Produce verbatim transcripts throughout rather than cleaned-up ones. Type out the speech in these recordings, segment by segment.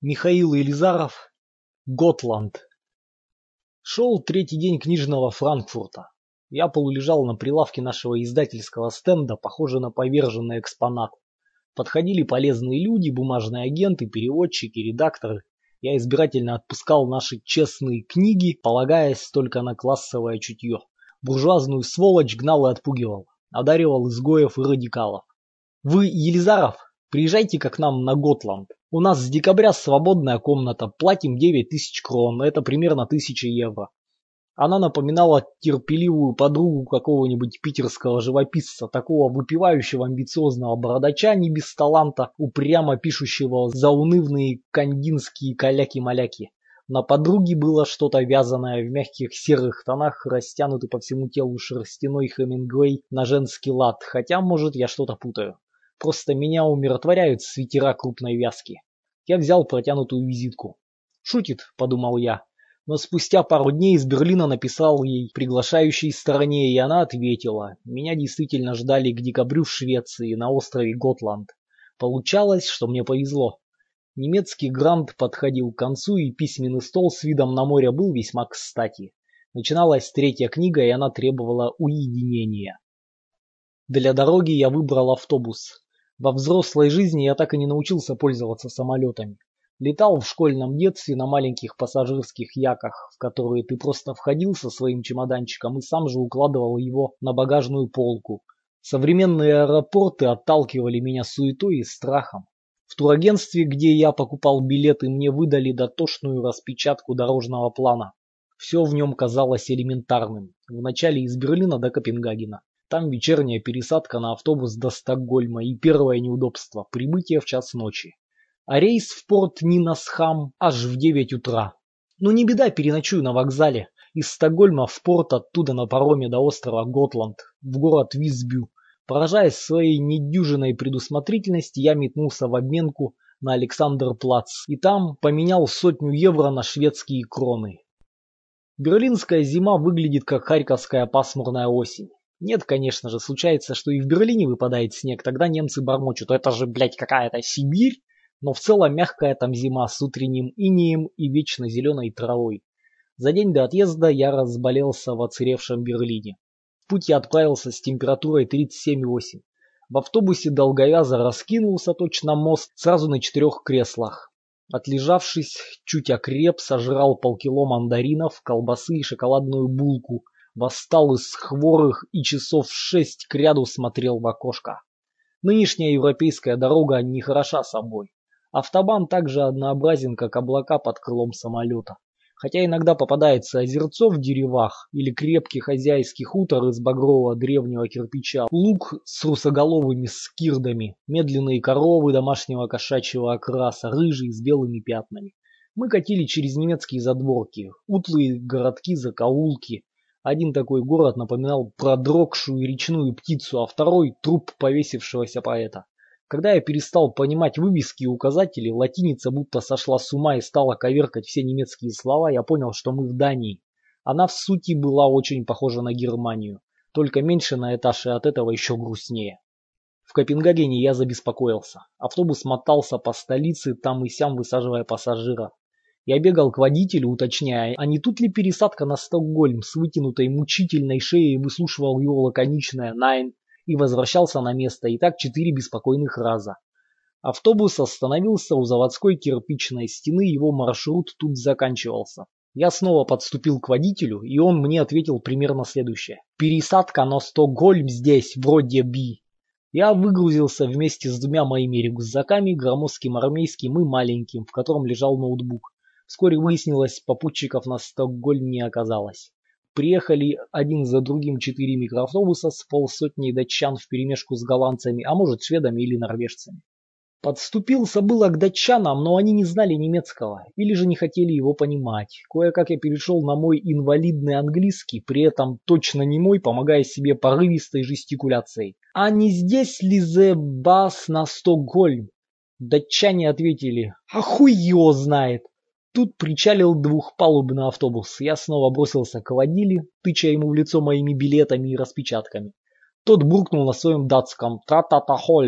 Михаил Елизаров. Готланд. Шел третий день книжного Франкфурта. Я полулежал на прилавке нашего издательского стенда, похожий на поверженный экспонат. Подходили полезные люди, бумажные агенты, переводчики, редакторы. Я избирательно отпускал наши честные книги, полагаясь только на классовое чутье. Буржуазную сволочь гнал и отпугивал. Одаривал изгоев и радикалов. Вы, Елизаров, приезжайте-ка к нам на Готланд. У нас с декабря свободная комната, платим девять тысяч крон, это примерно тысяча евро. Она напоминала терпеливую подругу какого-нибудь питерского живописца, такого выпивающего амбициозного бородача не без таланта, упрямо пишущего заунывные кандинские каляки-маляки. На подруге было что-то вязаное в мягких серых тонах, растянутый по всему телу шерстяной Хемингуэй на женский лад, хотя, может, я что-то путаю. Просто меня умиротворяют свитера крупной вязки. Я взял протянутую визитку. «Шутит», — подумал я. Но спустя пару дней из Берлина написал ей приглашающей стороне, и она ответила. Меня действительно ждали к декабрю в Швеции, на острове Готланд. Получалось, что мне повезло. Немецкий грант подходил к концу, и письменный стол с видом на море был весьма кстати. Начиналась третья книга, и она требовала уединения. Для дороги я выбрал автобус. Во взрослой жизни я так и не научился пользоваться самолетами. Летал в школьном детстве на маленьких пассажирских яках, в которые ты просто входил со своим чемоданчиком и сам же укладывал его на багажную полку. Современные аэропорты отталкивали меня суетой и страхом. В турагентстве, где я покупал билеты, мне выдали дотошную распечатку дорожного плана. Все в нем казалось элементарным. Вначале из Берлина до Копенгагена. Там вечерняя пересадка на автобус до Стокгольма и первое неудобство – прибытие в час ночи. А рейс в порт Нинасхам аж в девять утра. Ну не беда, переночую на вокзале. Из Стокгольма в порт, оттуда на пароме до острова Готланд, в город Висбю. Поражаясь своей недюжинной предусмотрительности, я метнулся в обменку на Александр-Плац и там поменял сотню евро на шведские кроны. Берлинская зима выглядит как харьковская пасмурная осень. Нет, конечно же, случается, что и в Берлине выпадает снег, тогда немцы бормочут, это же, блядь, какая-то Сибирь. Но в целом мягкая там зима с утренним инеем и вечно зеленой травой. За день до отъезда я разболелся в оцаревшем Берлине. В путь я отправился с температурой тридцать семь и восемь. В автобусе долговязо раскинулся точно мост сразу на четырех креслах. Отлежавшись, чуть окреп, сожрал полкило мандаринов, колбасы и шоколадную булку. Восстал из хворых и часов шесть кряду смотрел в окошко. Нынешняя европейская дорога не хороша собой. Автобан также однообразен, как облака под крылом самолета. Хотя иногда попадается озерцо в деревах или крепкий хозяйский хутор из багрового древнего кирпича, луг с русоголовыми скирдами, медленные коровы домашнего кошачьего окраса, рыжие с белыми пятнами. Мы катили через немецкие задворки, утлые городки, закоулки. Один такой город напоминал продрогшую речную птицу, а второй – труп повесившегося поэта. Когда я перестал понимать вывески и указатели, латиница будто сошла с ума и стала коверкать все немецкие слова, я понял, что мы в Дании. Она в сути была очень похожа на Германию, только меньше на этаж и от этого еще грустнее. В Копенгагене я забеспокоился. Автобус мотался по столице, там и сям высаживая пассажира. Я бегал к водителю, уточняя, а не тут ли пересадка на Стокгольм с вытянутой мучительной шеей, выслушивал его лаконичное «Найн» и возвращался на место, и так четыре беспокойных раза. Автобус остановился у заводской кирпичной стены, его маршрут тут заканчивался. Я снова подступил к водителю, и он мне ответил примерно следующее. «Пересадка на Стокгольм здесь, вроде би». Я выгрузился вместе с двумя моими рюкзаками, громоздким армейским и маленьким, в котором лежал ноутбук. Вскоре выяснилось, попутчиков на Стокгольм не оказалось. Приехали один за другим четыре микроавтобуса с полсотней датчан вперемешку с голландцами, а может шведами или норвежцами. Подступился было к датчанам, но они не знали немецкого, или же не хотели его понимать. Кое-как я перешел на мой инвалидный английский, при этом точно не мой, помогая себе порывистой жестикуляцией. «А не здесь ли зе бас на Стокгольм?» Датчане ответили: «А хуй его знает!» Тут причалил двухпалубный автобус. Я снова бросился к водиле, тыча ему в лицо моими билетами и распечатками. Тот буркнул на своем датском «Тра-та-та-хольм».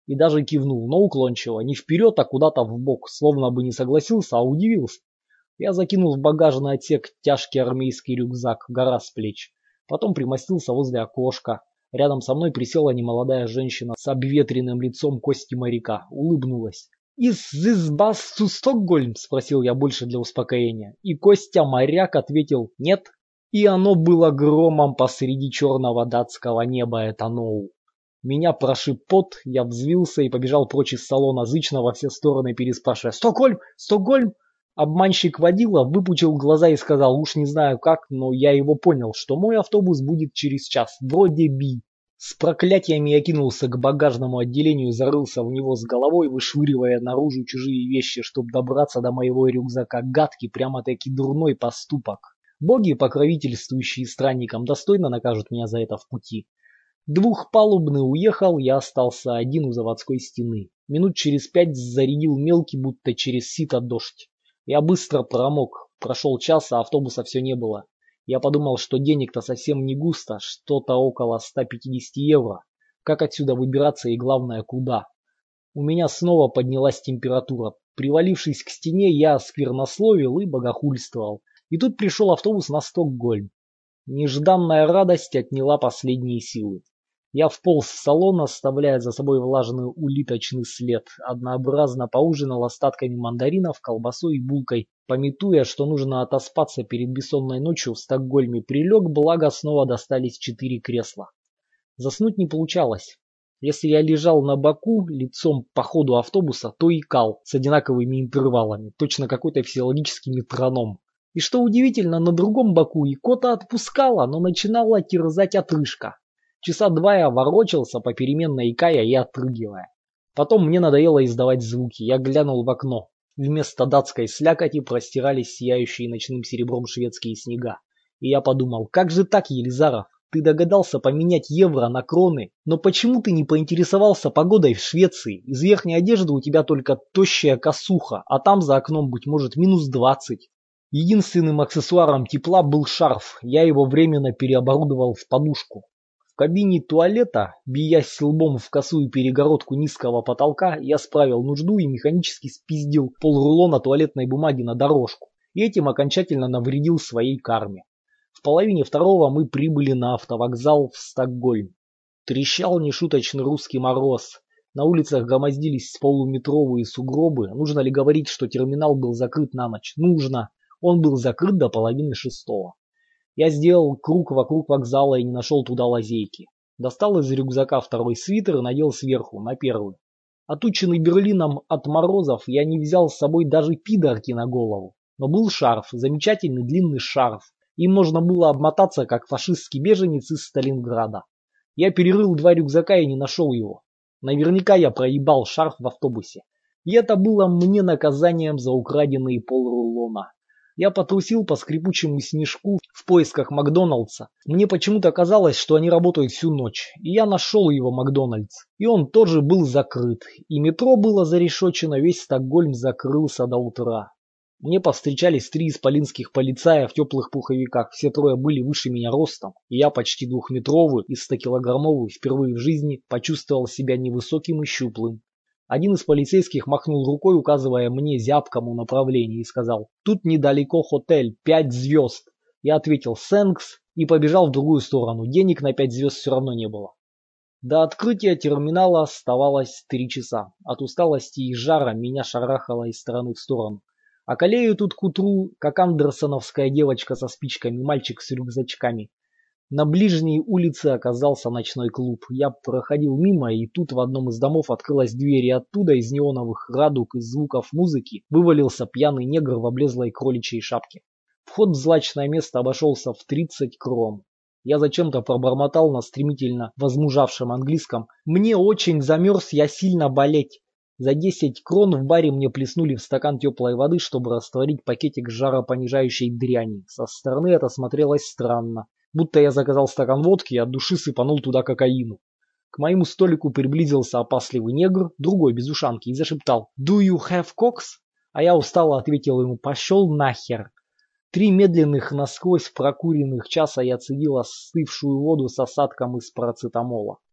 И даже кивнул, но уклончиво, не вперед, а куда-то вбок, словно бы не согласился, а удивился. Я закинул в багажный отсек тяжкий армейский рюкзак, гора с плеч. Потом примостился возле окошка. Рядом со мной присела немолодая женщина с обветренным лицом Кости моряка, улыбнулась. «Is this bus to Stockholm?» – спросил я больше для успокоения. И Костя моряк ответил «нет». И оно было громом посреди черного датского неба, это ноу. Меня прошиб пот, я взвился и побежал прочь из салона, зычно во все стороны переспрашивая «Стокгольм! Стокгольм!». Обманщик водила выпучил глаза и сказал, уж не знаю как, но я его понял, что мой автобус будет через час, вроде би. С проклятиями я кинулся к багажному отделению, зарылся в него с головой, вышвыривая наружу чужие вещи, чтобы добраться до моего рюкзака. Гадкий, прямо-таки дурной поступок. Боги, покровительствующие странникам, достойно накажут меня за это в пути. Двухпалубный уехал, я остался один у заводской стены. Минут через пять зарядил мелкий, будто через сито дождь. Я быстро промок. Прошел час, а автобуса все не было. Я подумал, что денег-то совсем не густо, что-то около ста пятидесяти евро. Как отсюда выбираться и, главное, куда? У меня снова поднялась температура. Привалившись к стене, я сквернословил и богохульствовал. И тут пришел автобус на Стокгольм. Нежданная радость отняла последние силы. Я вполз в салон, оставляя за собой влажный улиточный след, однообразно поужинал остатками мандаринов, колбасой и булкой, памятуя, что нужно отоспаться перед бессонной ночью в Стокгольме, прилег, благо снова достались четыре кресла. Заснуть не получалось. Если я лежал на боку, лицом по ходу автобуса, то икал с одинаковыми интервалами, точно какой-то физиологический метроном. И что удивительно, на другом боку икота отпускала, но начинала терзать отрыжка. Часа два я ворочался, попеременно икая и отрыгивая. Потом мне надоело издавать звуки. Я глянул в окно. Вместо датской слякоти простирались сияющие ночным серебром шведские снега. И я подумал, как же так, Елизаров? Ты догадался поменять евро на кроны, но почему ты не поинтересовался погодой в Швеции? Из верхней одежды у тебя только тощая косуха, а там за окном, быть может, минус двадцать. Единственным аксессуаром тепла был шарф. Я его временно переоборудовал в подушку. В кабине туалета, биясь лбом в косую перегородку низкого потолка, я справил нужду и механически спиздил полрулона туалетной бумаги на дорожку. И этим окончательно навредил своей карме. В половине второго мы прибыли на автовокзал в Стокгольм. Трещал нешуточный русский мороз. На улицах громоздились полуметровые сугробы. Нужно ли говорить, что терминал был закрыт на ночь? Нужно. Он был закрыт до половины шестого. Я сделал круг вокруг вокзала и не нашел туда лазейки. Достал из рюкзака второй свитер и надел сверху, на первый. Отученный Берлином от морозов, я не взял с собой даже пидорки на голову. Но был шарф, замечательный длинный шарф. Им можно было обмотаться, как фашистский беженец из Сталинграда. Я перерыл два рюкзака и не нашел его. Наверняка я проебал шарф в автобусе. И это было мне наказанием за украденные полрулона. Я потрусил по скрипучему снежку в поисках Макдоналдса. Мне почему-то казалось, что они работают всю ночь. И я нашел его, Макдональдс. И он тоже был закрыт. И метро было зарешочено, весь Стокгольм закрылся до утра. Мне повстречались три исполинских полицая в теплых пуховиках. Все трое были выше меня ростом. И я почти двухметровый и стокилограммовый впервые в жизни почувствовал себя невысоким и щуплым. Один из полицейских махнул рукой, указывая мне зябкому направлению, и сказал: «Тут недалеко хотель, пять звезд». Я ответил «Сэнкс» и побежал в другую сторону. Денег на пять звезд все равно не было. До открытия терминала оставалось три часа. От усталости и жара меня шарахало из стороны в сторону. А колею тут к утру, как андерсоновская девочка со спичками, мальчик с рюкзачками. На ближней улице оказался ночной клуб. Я проходил мимо, и тут в одном из домов открылась дверь, и оттуда из неоновых радуг и звуков музыки вывалился пьяный негр в облезлой кроличьей шапке. Вход в злачное место обошелся в тридцать крон. Я зачем-то пробормотал на стремительно возмужавшем английском: «Мне очень замерз, я сильно болеть». За десять крон в баре мне плеснули в стакан теплой воды, чтобы растворить пакетик жаропонижающей дряни. Со стороны это смотрелось странно. Будто я заказал стакан водки и от души сыпанул туда кокаину. К моему столику приблизился опасливый негр, другой без ушанки, и зашептал «Do you have cocks?» А я устало ответил ему «Пошел нахер». Три медленных насквозь прокуренных часа я цедил остывшую воду с осадком из парацетамола.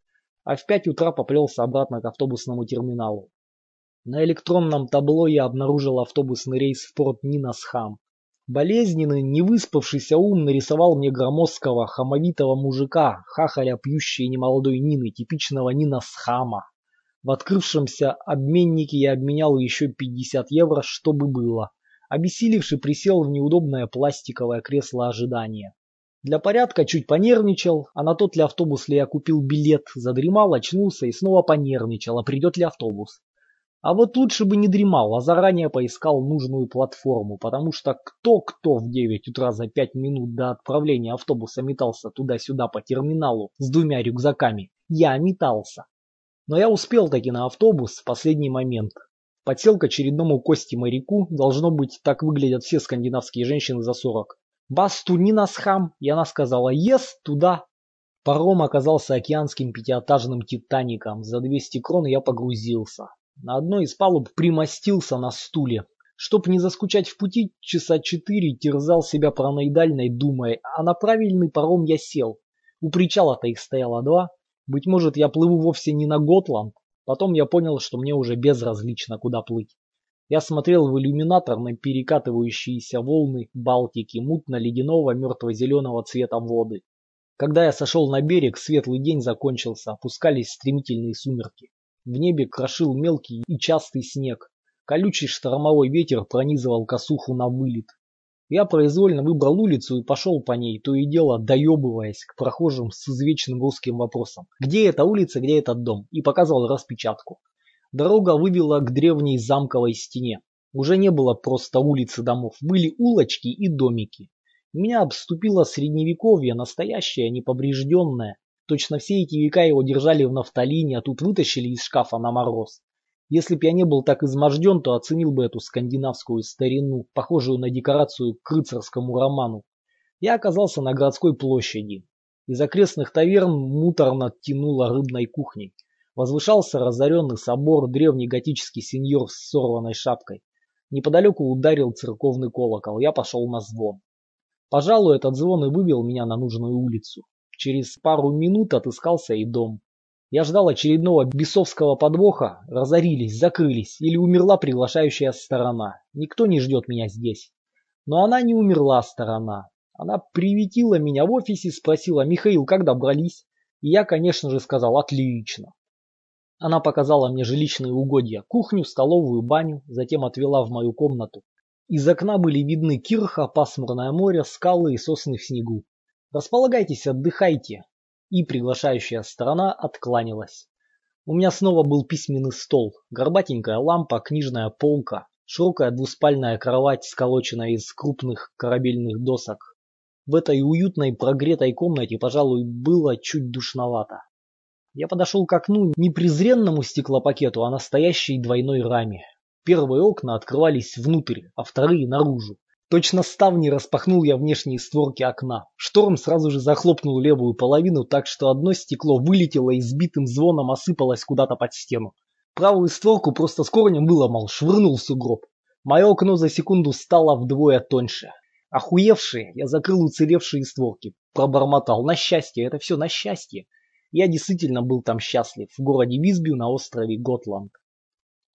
а в пять утра поплелся обратно к автобусному терминалу. На электронном табло я обнаружил автобусный рейс в порт Нинасхам. Болезненный, невыспавшийся ум нарисовал мне громоздкого, хамовитого мужика, хахаля пьющей немолодой Нины, типичного Нинасхама. В открывшемся обменнике я обменял еще пятьдесят евро, чтобы было. Обессилевший присел в неудобное пластиковое кресло ожидания. Для порядка чуть понервничал, а на тот ли автобус ли я купил билет, задремал, очнулся и снова понервничал, а придет ли автобус. А вот лучше бы не дремал, а заранее поискал нужную платформу, потому что кто-кто в девять утра за пять минут до отправления автобуса метался туда-сюда по терминалу с двумя рюкзаками. Я метался. Но я успел таки на автобус в последний момент. Подсел к очередному Кости-моряку, должно быть, так выглядят все скандинавские женщины за сорок. «Басту Нинасхам!» И она сказала «Ес, туда!». Паром оказался океанским пятиэтажным титаником. За двести крон я погрузился. На одной из палуб примостился на стуле. Чтоб не заскучать в пути, часа четыре терзал себя параноидальной думой, а на правильный паром я сел. У причала-то их стояло два. Быть может, я плыву вовсе не на Готланд. Потом я понял, что мне уже безразлично, куда плыть. Я смотрел в иллюминатор на перекатывающиеся волны Балтики, мутно-ледяного мертво-зеленого цвета воды. Когда я сошел на берег, светлый день закончился, опускались стремительные сумерки. В небе крошил мелкий и частый снег. Колючий штормовой ветер пронизывал косуху на вылет. Я произвольно выбрал улицу и пошел по ней, то и дело доебываясь к прохожим с извечным русским вопросом. Где эта улица, где этот дом? И показывал распечатку. Дорога вывела к древней замковой стене. Уже не было просто улиц и домов, были улочки и домики. Меня обступило средневековье, настоящее, неповрежденное. Точно все эти века его держали в нафталине, а тут вытащили из шкафа на мороз. Если б я не был так изможден, то оценил бы эту скандинавскую старину, похожую на декорацию к рыцарскому роману. Я оказался на городской площади. Из окрестных таверн муторно тянуло рыбной кухней. Возвышался разоренный собор, древний готический сеньор с сорванной шапкой. Неподалеку ударил церковный колокол, я пошел на звон. Пожалуй, этот звон и вывел меня на нужную улицу. Через пару минут отыскался и дом. Я ждал очередного бесовского подвоха, разорились, закрылись, или умерла приглашающая сторона. Никто не ждет меня здесь. Но она не умерла, сторона. Она приветила меня в офисе, спросила: «Михаил, как добрались?» И я, конечно же, сказал: «Отлично». Она показала мне жилищные угодья, кухню, столовую, баню, затем отвела в мою комнату. Из окна были видны Кирха, пасмурное море, скалы и сосны в снегу. «Располагайтесь, отдыхайте». И приглашающая сторона откланялась. У меня снова был письменный стол, горбатенькая лампа, книжная полка, широкая двуспальная кровать, сколоченная из крупных корабельных досок. В этой уютной прогретой комнате, пожалуй, было чуть душновато. Я подошел к окну, не презренному стеклопакету, а настоящей двойной раме. Первые окна открывались внутрь, а вторые наружу. Точно ставни распахнул я внешние створки окна. Шторм сразу же захлопнул левую половину, так что одно стекло вылетело и сбитым звоном осыпалось куда-то под стену. Правую створку просто с корнем выломал, швырнул в сугроб. Мое окно за секунду стало вдвое тоньше. Охуевшие, я закрыл уцелевшие створки. Пробормотал: на счастье, это все на счастье. Я действительно был там счастлив, в городе Висбю на острове Готланд.